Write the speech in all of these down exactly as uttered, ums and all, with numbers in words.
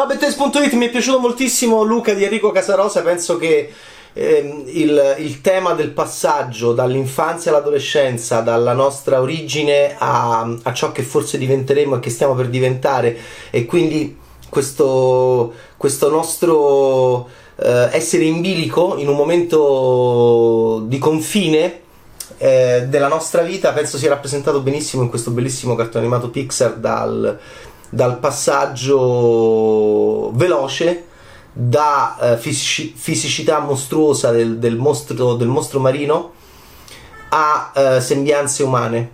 Ciao Bettes punto it, mi è piaciuto moltissimo Luca di Enrico Casarosa. Penso che ehm, il, il tema del passaggio dall'infanzia all'adolescenza, dalla nostra origine a, a ciò che forse diventeremo e che stiamo per diventare, e quindi questo, questo nostro eh, essere in bilico in un momento di confine eh, della nostra vita, penso sia rappresentato benissimo in questo bellissimo cartone animato Pixar, dal dal passaggio veloce da eh, fisici- fisicità mostruosa del, del, mostro, del mostro marino a eh, sembianze umane.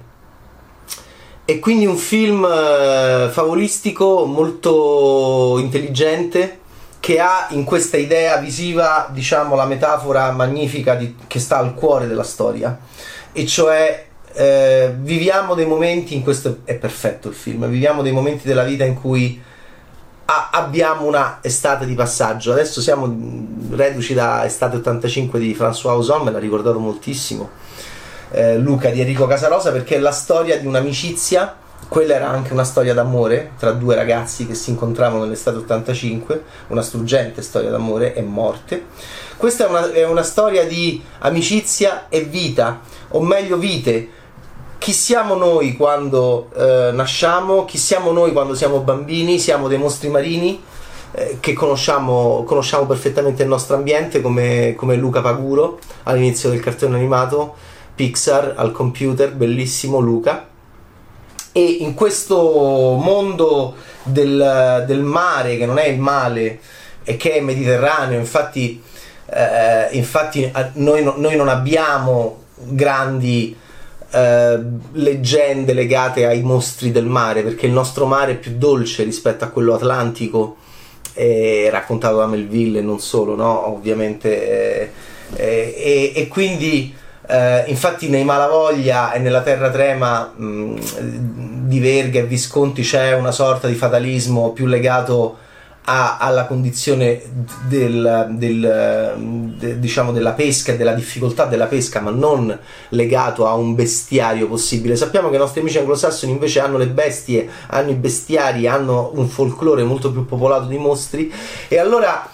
E quindi un film eh, favolistico, molto intelligente, che ha in questa idea visiva, diciamo, la metafora magnifica di, che sta al cuore della storia, e cioè Eh, viviamo dei momenti, in questo è perfetto il film, viviamo dei momenti della vita in cui a- abbiamo una estate di passaggio. Adesso siamo reduci da Estate ottantacinque di François Ozon, me l'ha ricordato moltissimo eh, Luca di Enrico Casarosa, perché è la storia di un'amicizia. Quella era anche una storia d'amore tra due ragazzi che si incontravano nell'estate ottantacinque, una struggente storia d'amore e morte. Questa è una, è una storia di amicizia e vita, o meglio vite. Chi siamo noi quando eh, nasciamo? Chi siamo noi quando siamo bambini? Siamo dei mostri marini eh, che conosciamo, conosciamo perfettamente il nostro ambiente, come, come Luca Paguro all'inizio del cartone animato Pixar al computer, bellissimo Luca. E in questo mondo del, del mare, che non è il male e che è mediterraneo, infatti, eh, infatti noi, noi non abbiamo grandi Uh, leggende legate ai mostri del mare, perché il nostro mare è più dolce rispetto a quello atlantico, eh, raccontato da Melville e non solo, no? Ovviamente, eh, eh, e, e quindi eh, infatti nei Malavoglia e nella Terra Trema mh, di Verga e Visconti c'è una sorta di fatalismo più legato A, alla condizione del, del, de, diciamo della pesca e della difficoltà della pesca, ma non legato a un bestiario possibile. Sappiamo che i nostri amici anglosassoni invece hanno le bestie, hanno i bestiari, hanno un folklore molto più popolato di mostri, e allora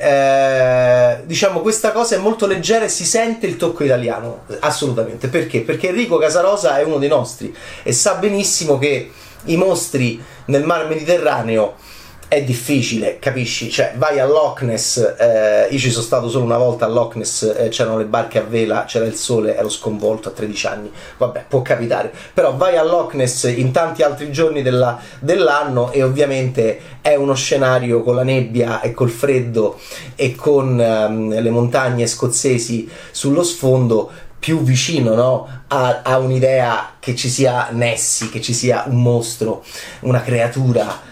eh, diciamo questa cosa è molto leggera e si sente il tocco italiano, assolutamente. Perché? Perché Enrico Casarosa è uno dei nostri e sa benissimo che i mostri nel mar Mediterraneo è difficile, capisci? Cioè vai a Loch Ness, eh, io ci sono stato solo una volta a Loch Ness, eh, c'erano le barche a vela, c'era il sole, ero sconvolto a tredici anni, vabbè, può capitare, però vai a Loch Ness in tanti altri giorni della, dell'anno e ovviamente è uno scenario con la nebbia e col freddo e con um, le montagne scozzesi sullo sfondo, più vicino, no? a, a un'idea che ci sia Nessie, che ci sia un mostro, una creatura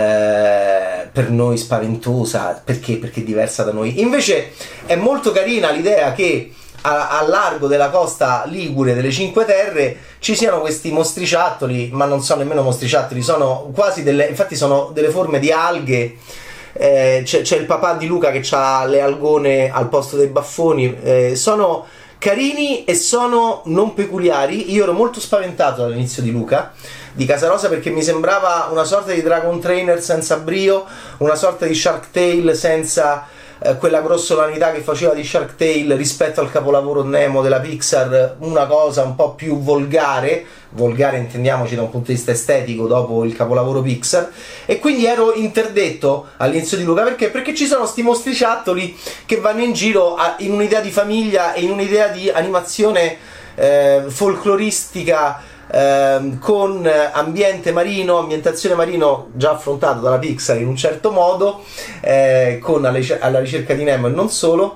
Eh, per noi spaventosa. Perché? Perché è diversa da noi. Invece è molto carina l'idea che a, a largo della costa ligure delle Cinque Terre ci siano questi mostriciattoli, ma non sono nemmeno mostriciattoli, sono quasi delle, infatti sono delle forme di alghe. Eh, c'è, c'è il papà di Luca che ha le algone al posto dei baffoni. Eh, sono carini e sono non peculiari. Io ero molto spaventato all'inizio di Luca di Casarosa, perché mi sembrava una sorta di Dragon Trainer senza brio, una sorta di Shark Tale senza eh, quella grossolanità che faceva di Shark Tale rispetto al capolavoro Nemo della Pixar, una cosa un po' più volgare, volgare intendiamoci da un punto di vista estetico dopo il capolavoro Pixar, e quindi ero interdetto all'inizio di Luca. Perché? Perché ci sono sti mostriciattoli che vanno in giro a, in un'idea di famiglia e in un'idea di animazione eh, folcloristica, Uh, con ambiente marino, ambientazione marino già affrontato dalla Pixar in un certo modo, eh, con alla, alla ricerca di Nemo e non solo,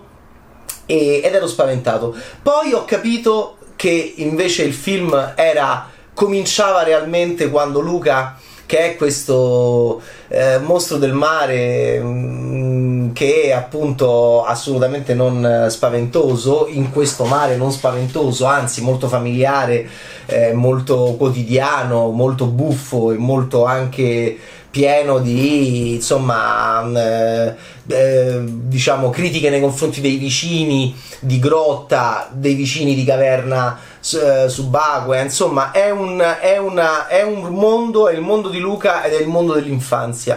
e, ed ero spaventato. Poi ho capito che invece il film era cominciava realmente quando Luca, che è questo eh, mostro del mare mh, che è appunto assolutamente non spaventoso, in questo mare non spaventoso, anzi molto familiare, eh, molto quotidiano, molto buffo e molto anche pieno di, insomma, eh, eh, diciamo critiche nei confronti dei vicini di grotta, dei vicini di caverna eh, subacquea. Insomma, è un, è, una, è un mondo, è il mondo di Luca ed è il mondo dell'infanzia.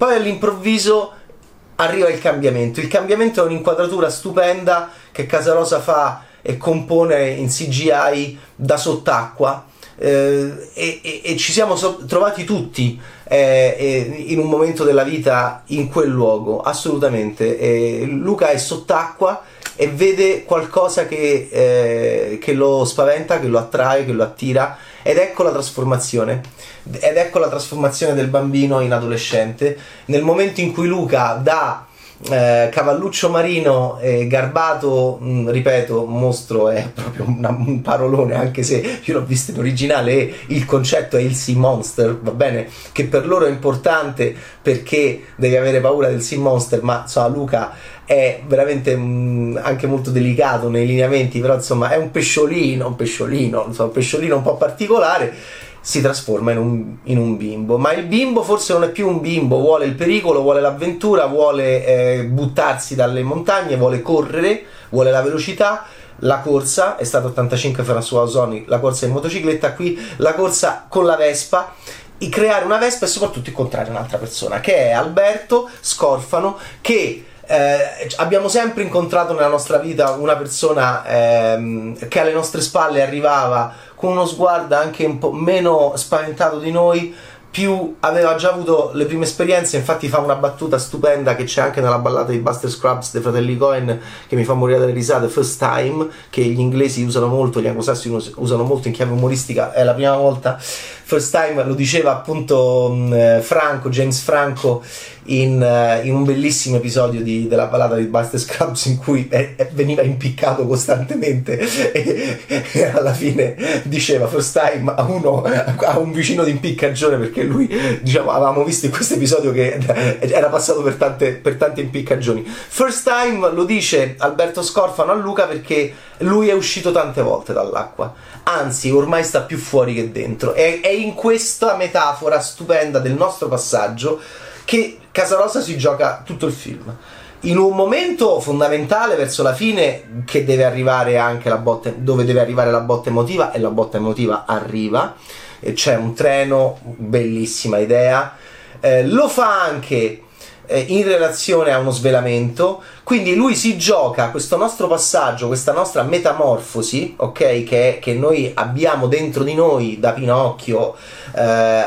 poi all'improvviso arriva il cambiamento. Il cambiamento è un'inquadratura stupenda che Casarosa fa e compone in C G I da sott'acqua, eh, e, e, e ci siamo so- trovati tutti eh, eh, in un momento della vita in quel luogo, assolutamente. Eh, Luca è sott'acqua e vede qualcosa che, eh, che lo spaventa, che lo attrae, che lo attira, ed ecco la trasformazione. Ed ecco la trasformazione del bambino in adolescente. Nel momento in cui Luca da eh, cavalluccio marino eh, garbato, mh, ripeto, mostro è proprio una, un parolone, anche se io l'ho visto in originale e il concetto è il Sea Monster, va bene? Che per loro è importante perché devi avere paura del Sea Monster, ma insomma Luca è veramente mh, anche molto delicato nei lineamenti, però insomma è un pesciolino, un pesciolino, insomma, un pesciolino un po' particolare. Si trasforma in un, in un bimbo, ma il bimbo forse non è più un bimbo, vuole il pericolo, vuole l'avventura, vuole eh, buttarsi dalle montagne, vuole correre, vuole la velocità, la corsa, è stato ottantacinque François Ozoni, la corsa in motocicletta, qui la corsa con la Vespa, e creare una Vespa e soprattutto incontrare un'altra persona, che è Alberto Scorfano, che Eh, abbiamo sempre incontrato nella nostra vita una persona ehm, che alle nostre spalle arrivava con uno sguardo anche un po' meno spaventato di noi, più aveva già avuto le prime esperienze. Infatti fa una battuta stupenda che c'è anche nella ballata di Buster Scruggs dei fratelli Coen, che mi fa morire dalle risate, First Time, che gli inglesi usano molto, gli anglosassoni usano molto in chiave umoristica, è la prima volta. First Time lo diceva appunto mh, Franco, James Franco, in, uh, in un bellissimo episodio di, della ballata di Buster Scruggs, in cui eh, eh, veniva impiccato costantemente e, e alla fine diceva First Time a uno, a un vicino di impiccagione, perché lui, diciamo, avevamo visto in questo episodio che era passato per tante, per tante impiccagioni. First Time lo dice Alberto Scorfano a Luca perché lui è uscito tante volte dall'acqua, anzi ormai sta più fuori che dentro. È, è in questa metafora stupenda del nostro passaggio che Casarosa si gioca tutto il film. In un momento fondamentale verso la fine, che deve arrivare anche la botta, dove deve arrivare la botta emotiva, e la botta emotiva arriva, e c'è un treno, bellissima idea. Eh, lo fa anche eh, in relazione a uno svelamento, quindi lui si gioca questo nostro passaggio, questa nostra metamorfosi, ok, che, che noi abbiamo dentro di noi da Pinocchio eh,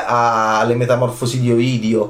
alle metamorfosi di Ovidio.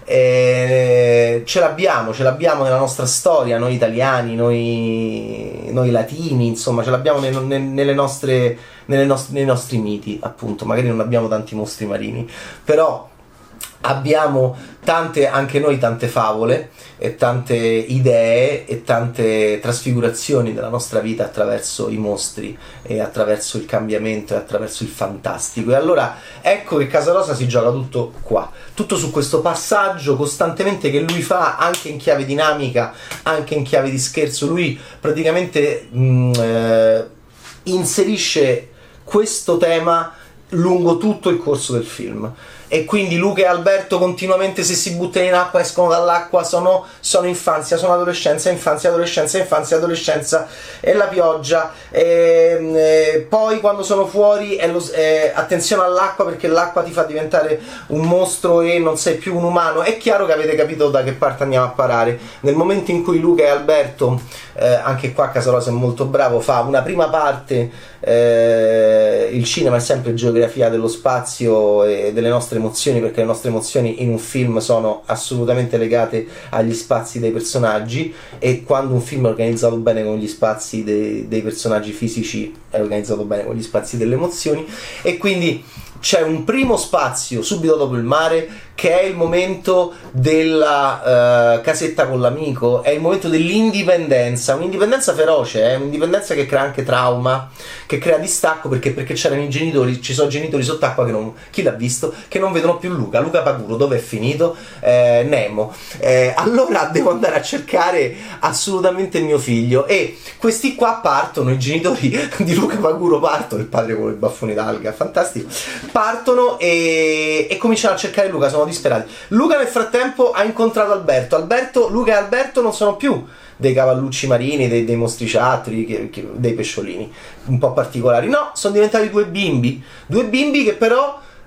Eh, ce l'abbiamo, ce l'abbiamo nella nostra storia, noi italiani, noi, noi latini, insomma, ce l'abbiamo ne, ne, nelle nostre, nelle nost- nei nostri miti, appunto. Magari non abbiamo tanti mostri marini, però abbiamo tante, anche noi, tante favole e tante idee e tante trasfigurazioni della nostra vita attraverso i mostri e attraverso il cambiamento e attraverso il fantastico. E allora ecco che Casarosa si gioca tutto qua, tutto su questo passaggio costantemente che lui fa, anche in chiave dinamica, anche in chiave di scherzo. Lui praticamente mh, eh, inserisce questo tema lungo tutto il corso del film. E quindi Luca e Alberto continuamente, se si buttano in acqua, escono dall'acqua, sono, sono infanzia, sono adolescenza, infanzia, adolescenza, infanzia, adolescenza, e la pioggia, e, e poi quando sono fuori è lo, è, attenzione all'acqua, perché l'acqua ti fa diventare un mostro e non sei più un umano. È chiaro che avete capito da che parte andiamo a parare. Nel momento in cui Luca e Alberto, eh, anche qua Casarosa è molto bravo, fa una prima parte, eh, il cinema è sempre geografia dello spazio e delle nostre emozioni, perché le nostre emozioni in un film sono assolutamente legate agli spazi dei personaggi, e quando un film è organizzato bene con gli spazi dei, dei personaggi fisici è organizzato bene con gli spazi delle emozioni. E quindi c'è un primo spazio subito dopo il mare che è il momento della uh, casetta con l'amico, è il momento dell'indipendenza, un'indipendenza feroce, è eh? un'indipendenza che crea anche trauma, che crea distacco, perché perché c'erano i genitori, ci sono genitori sott'acqua che non, chi l'ha visto, che non vedono più Luca, Luca Paguro, dove è finito? Eh, Nemo. Eh, allora devo andare a cercare assolutamente il mio figlio, e questi qua partono, i genitori di Luca Paguro partono, il padre con i baffoni d'alga, fantastico, partono e, e cominciano a cercare Luca, sono disperati. Luca nel frattempo ha incontrato Alberto, Alberto Luca e Alberto non sono più dei cavallucci marini, dei, dei mostriciattoli, che, che, dei pesciolini un po' particolari, no, sono diventati due bimbi, due bimbi che però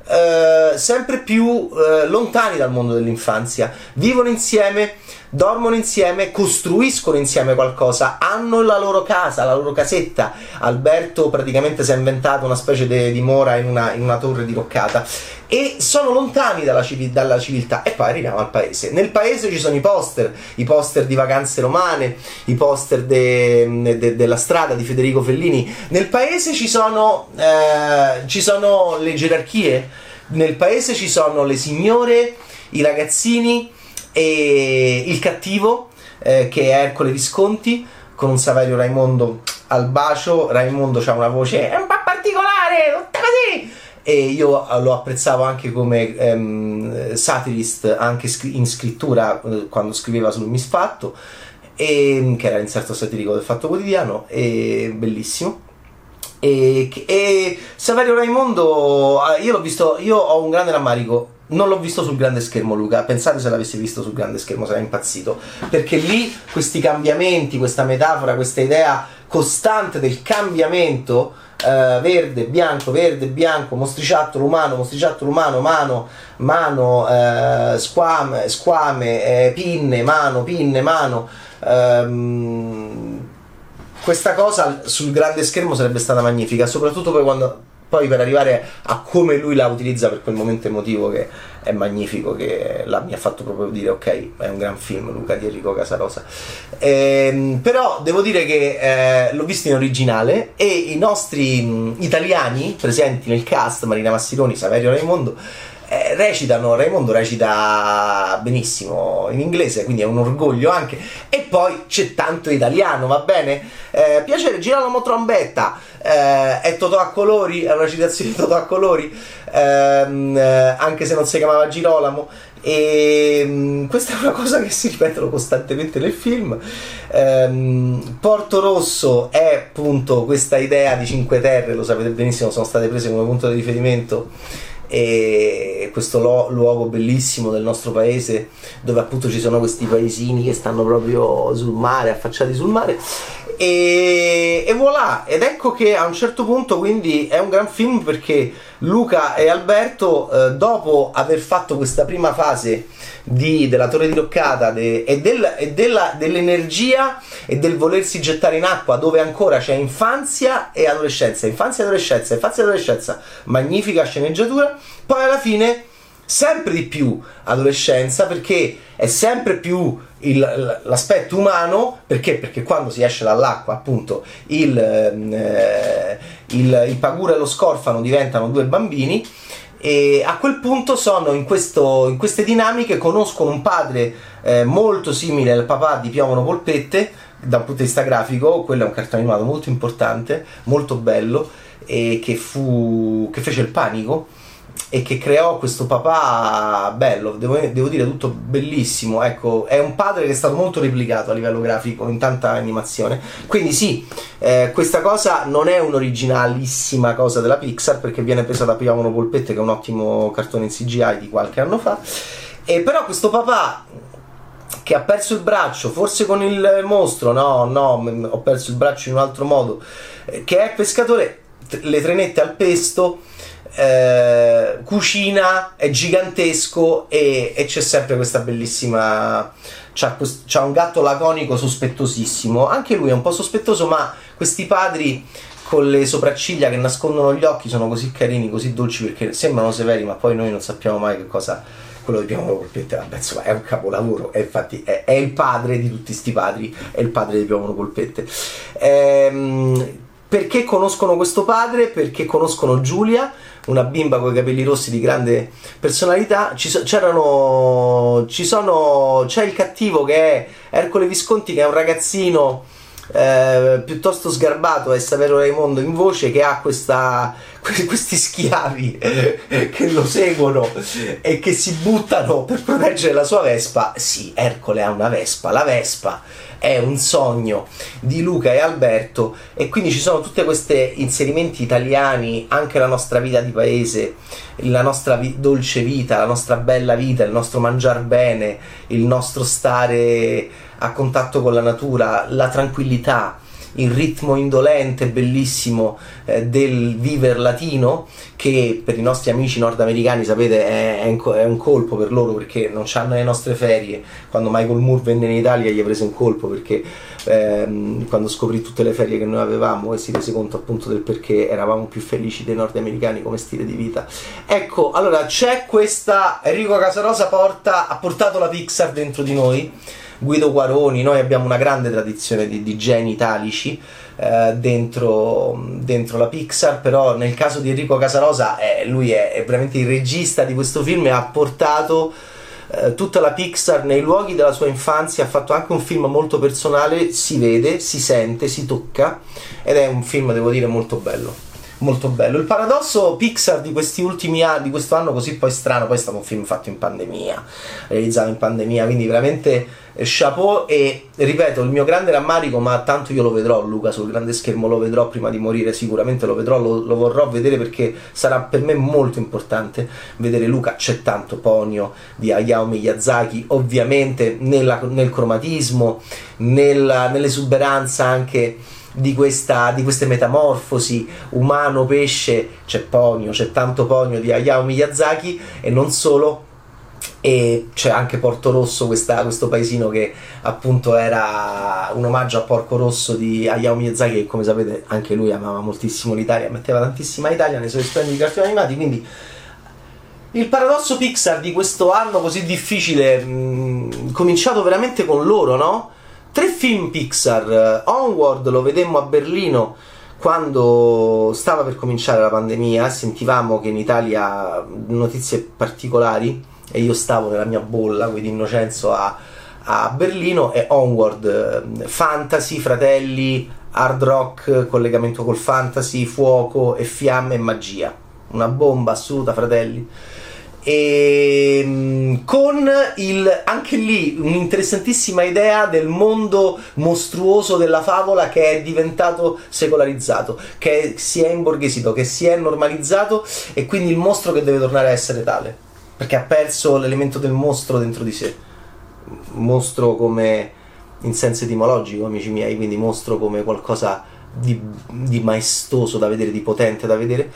eh, sempre più eh, lontani dal mondo dell'infanzia, vivono insieme, dormono insieme, costruiscono insieme qualcosa, hanno la loro casa, la loro casetta. Alberto praticamente si è inventato una specie di dimora in una, in una torre diroccata, e sono lontani dalla, civi, dalla civiltà. E poi arriviamo al paese. Nel paese ci sono i poster, i poster di Vacanze Romane, i poster de, de, della strada di Federico Fellini. Nel paese ci sono, eh, ci sono le gerarchie, nel paese ci sono le signore, i ragazzini e il cattivo, eh, che è Ercole Visconti, con un Saverio Raimondo al bacio. Raimondo ha una voce un po' particolare, tutta così, e io lo apprezzavo anche come ehm, satirist, anche in scrittura, eh, quando scriveva sul Misfatto, e, che era l'inserto satirico del Fatto Quotidiano, e bellissimo. E, e Saverio Raimondo, io l'ho visto, io ho un grande rammarico, non l'ho visto sul grande schermo, Luca. Pensate se l'avessi visto sul grande schermo sarei impazzito, perché lì questi cambiamenti, questa metafora, questa idea costante del cambiamento, eh, verde, bianco, verde, bianco, mostriciattolo umano, mostriciattolo umano, mano, mano, eh, squame, squame, eh, pinne, mano, pinne, mano, ehm, questa cosa sul grande schermo sarebbe stata magnifica, soprattutto poi quando poi per arrivare a come lui la utilizza per quel momento emotivo, che è magnifico, che la, mi ha fatto proprio dire ok, è un gran film Luca di Enrico Casarosa. Ehm, però devo dire che eh, l'ho visto in originale, e i nostri mh, italiani presenti nel cast, Marina Massironi, Saverio Raimondo, Eh, recitano, Raimondo recita benissimo in inglese, quindi è un orgoglio anche, e poi c'è tanto italiano, va bene? Eh, piacere, gira la motrombetta, eh, è Totò a colori, è una citazione di Totò a colori, ehm, eh, anche se non si chiamava Girolamo, e mh, questa è una cosa che si ripetono costantemente nel film. ehm, Porto Rosso è appunto questa idea di Cinque Terre, lo sapete benissimo, sono state prese come punto di riferimento, e questo lo, luogo bellissimo del nostro paese, dove appunto ci sono questi paesini che stanno proprio sul mare, affacciati sul mare, e, e voilà. Ed ecco che a un certo punto quindi è un gran film, perché Luca e Alberto, eh, dopo aver fatto questa prima fase di, della torre diroccata de, e, del, e della, dell'energia e del volersi gettare in acqua, dove ancora c'è infanzia e adolescenza, infanzia e adolescenza, infanzia e adolescenza, magnifica sceneggiatura, poi alla fine sempre di più adolescenza, perché è sempre più il, l'aspetto umano, perché? Perché quando si esce dall'acqua appunto il, eh, il, il Pagura e lo Scorfano diventano due bambini, e a quel punto sono in, questo, in queste dinamiche, conoscono un padre eh, molto simile al papà di Piovono Polpette da un punto di vista grafico. Quello è un cartone animato molto importante, molto bello, e che fu che fece il Panico, e che creò questo papà bello, devo, devo dire tutto bellissimo. Ecco, è un padre che è stato molto replicato a livello grafico in tanta animazione, quindi sì, eh, questa cosa non è un'originalissima cosa della Pixar, perché viene presa da Piovono Polpette, che è un ottimo cartone in C G I di qualche anno fa, e però questo papà che ha perso il braccio, forse con il mostro, no, no, ho perso il braccio in un altro modo, eh, che è pescatore, le trenette al pesto, Eh, cucina, è gigantesco, e, e c'è sempre questa bellissima, c'ha, c'ha un gatto laconico sospettosissimo, anche lui è un po' sospettoso, ma questi padri con le sopracciglia che nascondono gli occhi sono così carini, così dolci, perché sembrano severi, ma poi noi non sappiamo mai che cosa. Quello di Piovono Polpette, vabbè, insomma, è un capolavoro, e infatti è, è il padre di tutti sti padri, è il padre di Piovono Polpette. ehm, perché conoscono questo padre? Perché conoscono Giulia, una bimba con i capelli rossi di grande personalità. Ci so, c'erano, ci sono, c'è il cattivo che è Ercole Visconti, che è un ragazzino eh, piuttosto sgarbato, e Saverio Raimondo in voce, che ha questa, questi schiavi che lo seguono e che si buttano per proteggere la sua Vespa. Sì, Ercole ha una Vespa, la Vespa è un sogno di Luca e Alberto, e quindi ci sono tutti questi inserimenti italiani, anche la nostra vita di paese, la nostra vi- dolce vita, la nostra bella vita, il nostro mangiar bene, il nostro stare a contatto con la natura, la tranquillità, il ritmo indolente, bellissimo eh, del viver latino, che per i nostri amici nordamericani sapete è, è un colpo per loro, perché non c'hanno le nostre ferie. Quando Michael Moore venne in Italia gli prese un colpo, perché ehm, quando scoprì tutte le ferie che noi avevamo e si rese conto appunto del perché eravamo più felici dei nordamericani come stile di vita. Ecco, allora c'è questa, Enrico Casarosa porta, ha portato la Pixar dentro di noi, Guido Guaroni, noi abbiamo una grande tradizione di, di geni italici eh, dentro, dentro la Pixar, però nel caso di Enrico Casarosa eh, lui è, è veramente il regista di questo film e ha portato eh, tutta la Pixar nei luoghi della sua infanzia. Ha fatto anche un film molto personale, si vede, si sente, si tocca, ed è un film, devo dire, molto bello. Molto bello. Il paradosso Pixar di questi ultimi anni, di questo anno così poi strano, poi è stato un film fatto in pandemia, realizzato in pandemia, quindi veramente eh, chapeau. E ripeto, il mio grande rammarico, ma tanto io lo vedrò Luca sul grande schermo, lo vedrò prima di morire, sicuramente lo vedrò, lo, lo vorrò vedere, perché sarà per me molto importante vedere Luca. C'è tanto ponio di Hayao Miyazaki, ovviamente nella, nel cromatismo, nella, nell'esuberanza anche di questa di queste metamorfosi umano-pesce. C'è ponio, c'è tanto ponio di Hayao Miyazaki, e non solo, e c'è anche Porto Rosso, questa, questo paesino che appunto era un omaggio a Porco Rosso di Hayao Miyazaki, che come sapete anche lui amava moltissimo l'Italia, metteva tantissima Italia nei suoi splendidi cartoni animati. Quindi il paradosso Pixar di questo anno così difficile, mh, cominciato veramente con loro, no? Tre film Pixar. Onward lo vedemmo a Berlino quando stava per cominciare la pandemia, sentivamo che in Italia notizie particolari e io stavo nella mia bolla, quindi Innocenzo a, a Berlino. E Onward, fantasy, fratelli, hard rock, collegamento col fantasy, fuoco e fiamme e magia, una bomba assoluta, fratelli. E con il, anche lì un'interessantissima idea del mondo mostruoso della favola, che è diventato secolarizzato, che si è imborghesito, che si è normalizzato, e quindi il mostro che deve tornare a essere tale, perché ha perso l'elemento del mostro dentro di sé. Mostro come in senso etimologico, amici miei, quindi mostro come qualcosa di, di maestoso da vedere, di potente da vedere.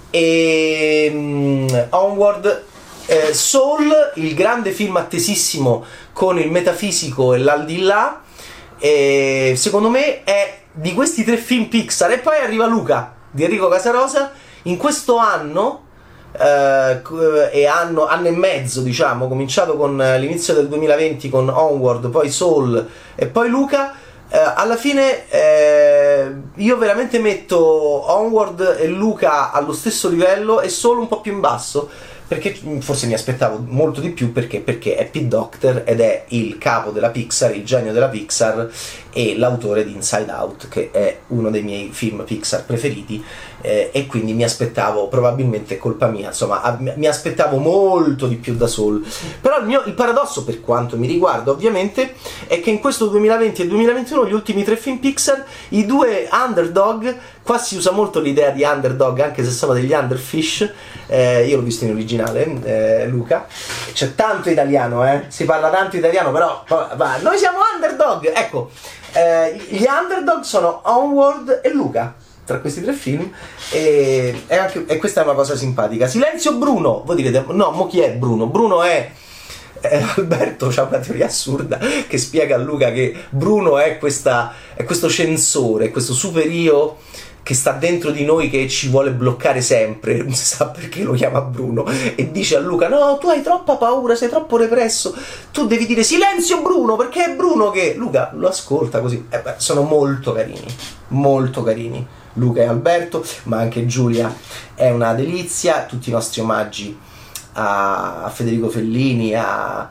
E um, Onward, eh, Soul, il grande film attesissimo con il metafisico e l'aldilà, e secondo me è di questi tre film Pixar. E poi arriva Luca di Enrico Casarosa in questo anno, eh, e anno, anno e mezzo, diciamo, cominciato con l'inizio del duemilaventi con Onward, poi Soul e poi Luca. Uh, alla fine eh, io veramente metto Onward e Luca allo stesso livello, e solo un po' più in basso, perché forse mi aspettavo molto di più, perché perché è Pete Docter ed è il capo della Pixar, il genio della Pixar, e l'autore di Inside Out, che è uno dei miei film Pixar preferiti, eh, e quindi mi aspettavo, probabilmente colpa mia, insomma, a, mi aspettavo molto di più da Soul. Però il, mio, il paradosso, per quanto mi riguarda ovviamente, è che in questo duemilaventi e duemilaventuno, gli ultimi tre film Pixar, i due underdog, qua si usa molto l'idea di underdog anche se sono degli underfish, eh, io l'ho visto in originale, eh, Luca, c'è tanto italiano, eh? Si parla tanto italiano, però va, noi siamo underdog, ecco. Eh, gli underdog sono Onward e Luca tra questi tre film, e, e, anche, e questa è una cosa simpatica. Silenzio Bruno, voi direte no, mo chi è Bruno? Bruno è eh, Alberto c'ha una teoria assurda che spiega a Luca che Bruno è, questa, è questo censore, questo super io che sta dentro di noi, che ci vuole bloccare sempre, non si sa perché lo chiama Bruno, e dice a Luca no, tu hai troppa paura, sei troppo represso, tu devi dire silenzio Bruno, perché è Bruno che... Luca lo ascolta così. Eh beh, sono molto carini, molto carini Luca e Alberto, ma anche Giulia è una delizia. Tutti i nostri omaggi a, a Federico Fellini, a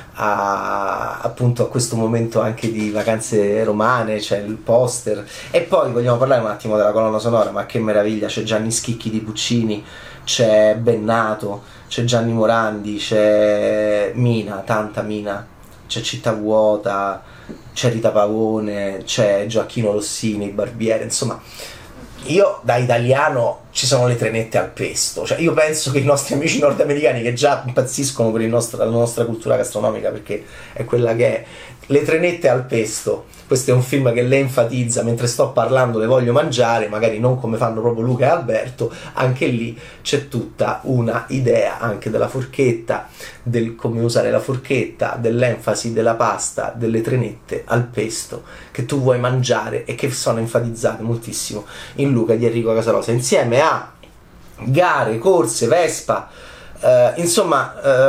A, appunto a questo momento anche di Vacanze Romane, c'è il poster. E poi vogliamo parlare un attimo della colonna sonora, ma che meraviglia, c'è Gianni Schicchi di Puccini, c'è Bennato, c'è Gianni Morandi, c'è Mina, tanta Mina, c'è Città Vuota, c'è Rita Pavone, c'è Gioacchino Rossini, il barbiere. Insomma, io da italiano ci sono le trenette al pesto. Cioè io penso che i nostri amici nordamericani, che già impazziscono per il nostro, la nostra cultura gastronomica perché è quella che è, le trenette al pesto, questo è un film che le enfatizza, mentre sto parlando le voglio mangiare, magari non come fanno proprio Luca e Alberto, anche lì c'è tutta una idea anche della forchetta, del come usare la forchetta, dell'enfasi della pasta, delle trenette al pesto che tu vuoi mangiare e che sono enfatizzate moltissimo in Luca di Enrico Casarosa, insieme a gare, corse, Vespa. Uh, insomma,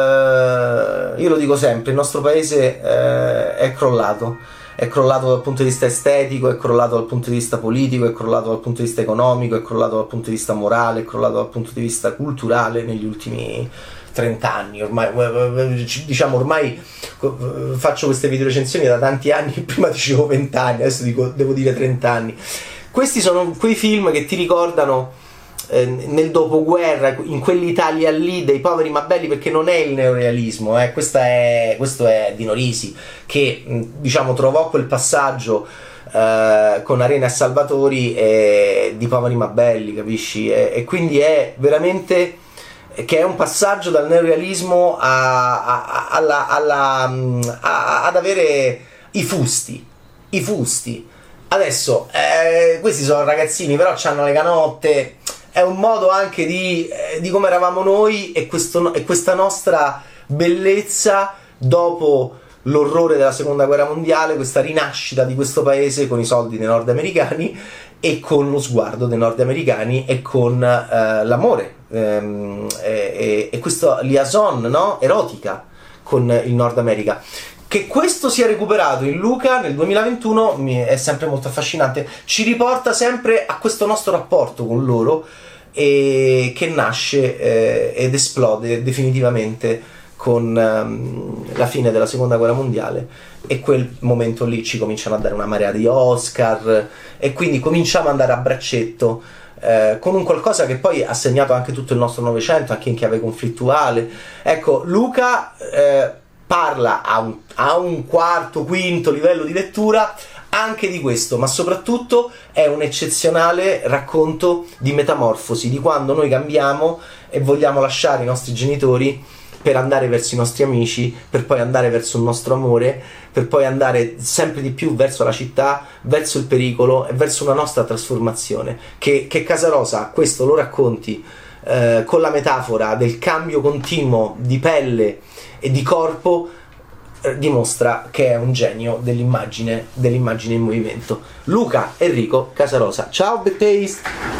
uh, io lo dico sempre, il nostro paese uh, è crollato, è crollato dal punto di vista estetico, è crollato dal punto di vista politico, è crollato dal punto di vista economico, è crollato dal punto di vista morale, è crollato dal punto di vista culturale negli ultimi trenta anni, ormai, diciamo, ormai faccio queste video recensioni da tanti anni, prima dicevo venti anni, adesso dico, devo dire trenta anni. Questi sono quei film che ti ricordano nel dopoguerra, in quell'Italia lì dei poveri ma belli, perché non è il neorealismo, eh. Questa è, questo è Dino Risi che, diciamo, trovò quel passaggio eh, con Arena e Salvatori e di poveri ma belli, capisci? E, e quindi è veramente che è un passaggio dal neorealismo a, a, alla, alla, a, ad avere i fusti, i fusti. Adesso eh, questi sono ragazzini, però hanno le canotte. È un modo anche di, eh, di come eravamo noi e, questo, e questa nostra bellezza dopo l'orrore della seconda guerra mondiale, questa rinascita di questo paese con i soldi dei nordamericani e con lo sguardo dei nordamericani e con eh, l'amore ehm, e, e questa liaison, no? Erotica con il Nord America. Che questo sia recuperato in Luca nel duemilaventuno mi è sempre molto affascinante, ci riporta sempre a questo nostro rapporto con loro e che nasce eh, ed esplode definitivamente con ehm, la fine della seconda guerra mondiale, e quel momento lì ci cominciano a dare una marea di Oscar e quindi cominciamo ad andare a braccetto eh, con un qualcosa che poi ha segnato anche tutto il nostro Novecento, anche in chiave conflittuale. Ecco, Luca eh, parla a un, a un quarto, quinto livello di lettura anche di questo, ma soprattutto è un eccezionale racconto di metamorfosi, di quando noi cambiamo e vogliamo lasciare i nostri genitori per andare verso i nostri amici, per poi andare verso il nostro amore, per poi andare sempre di più verso la città, verso il pericolo e verso una nostra trasformazione. Che, che Casarosa questo lo racconti eh, con la metafora del cambio continuo di pelle e di corpo, eh, dimostra che è un genio dell'immagine dell'immagine in movimento. Luca Enrico Casarosa. Ciao Bad Taste!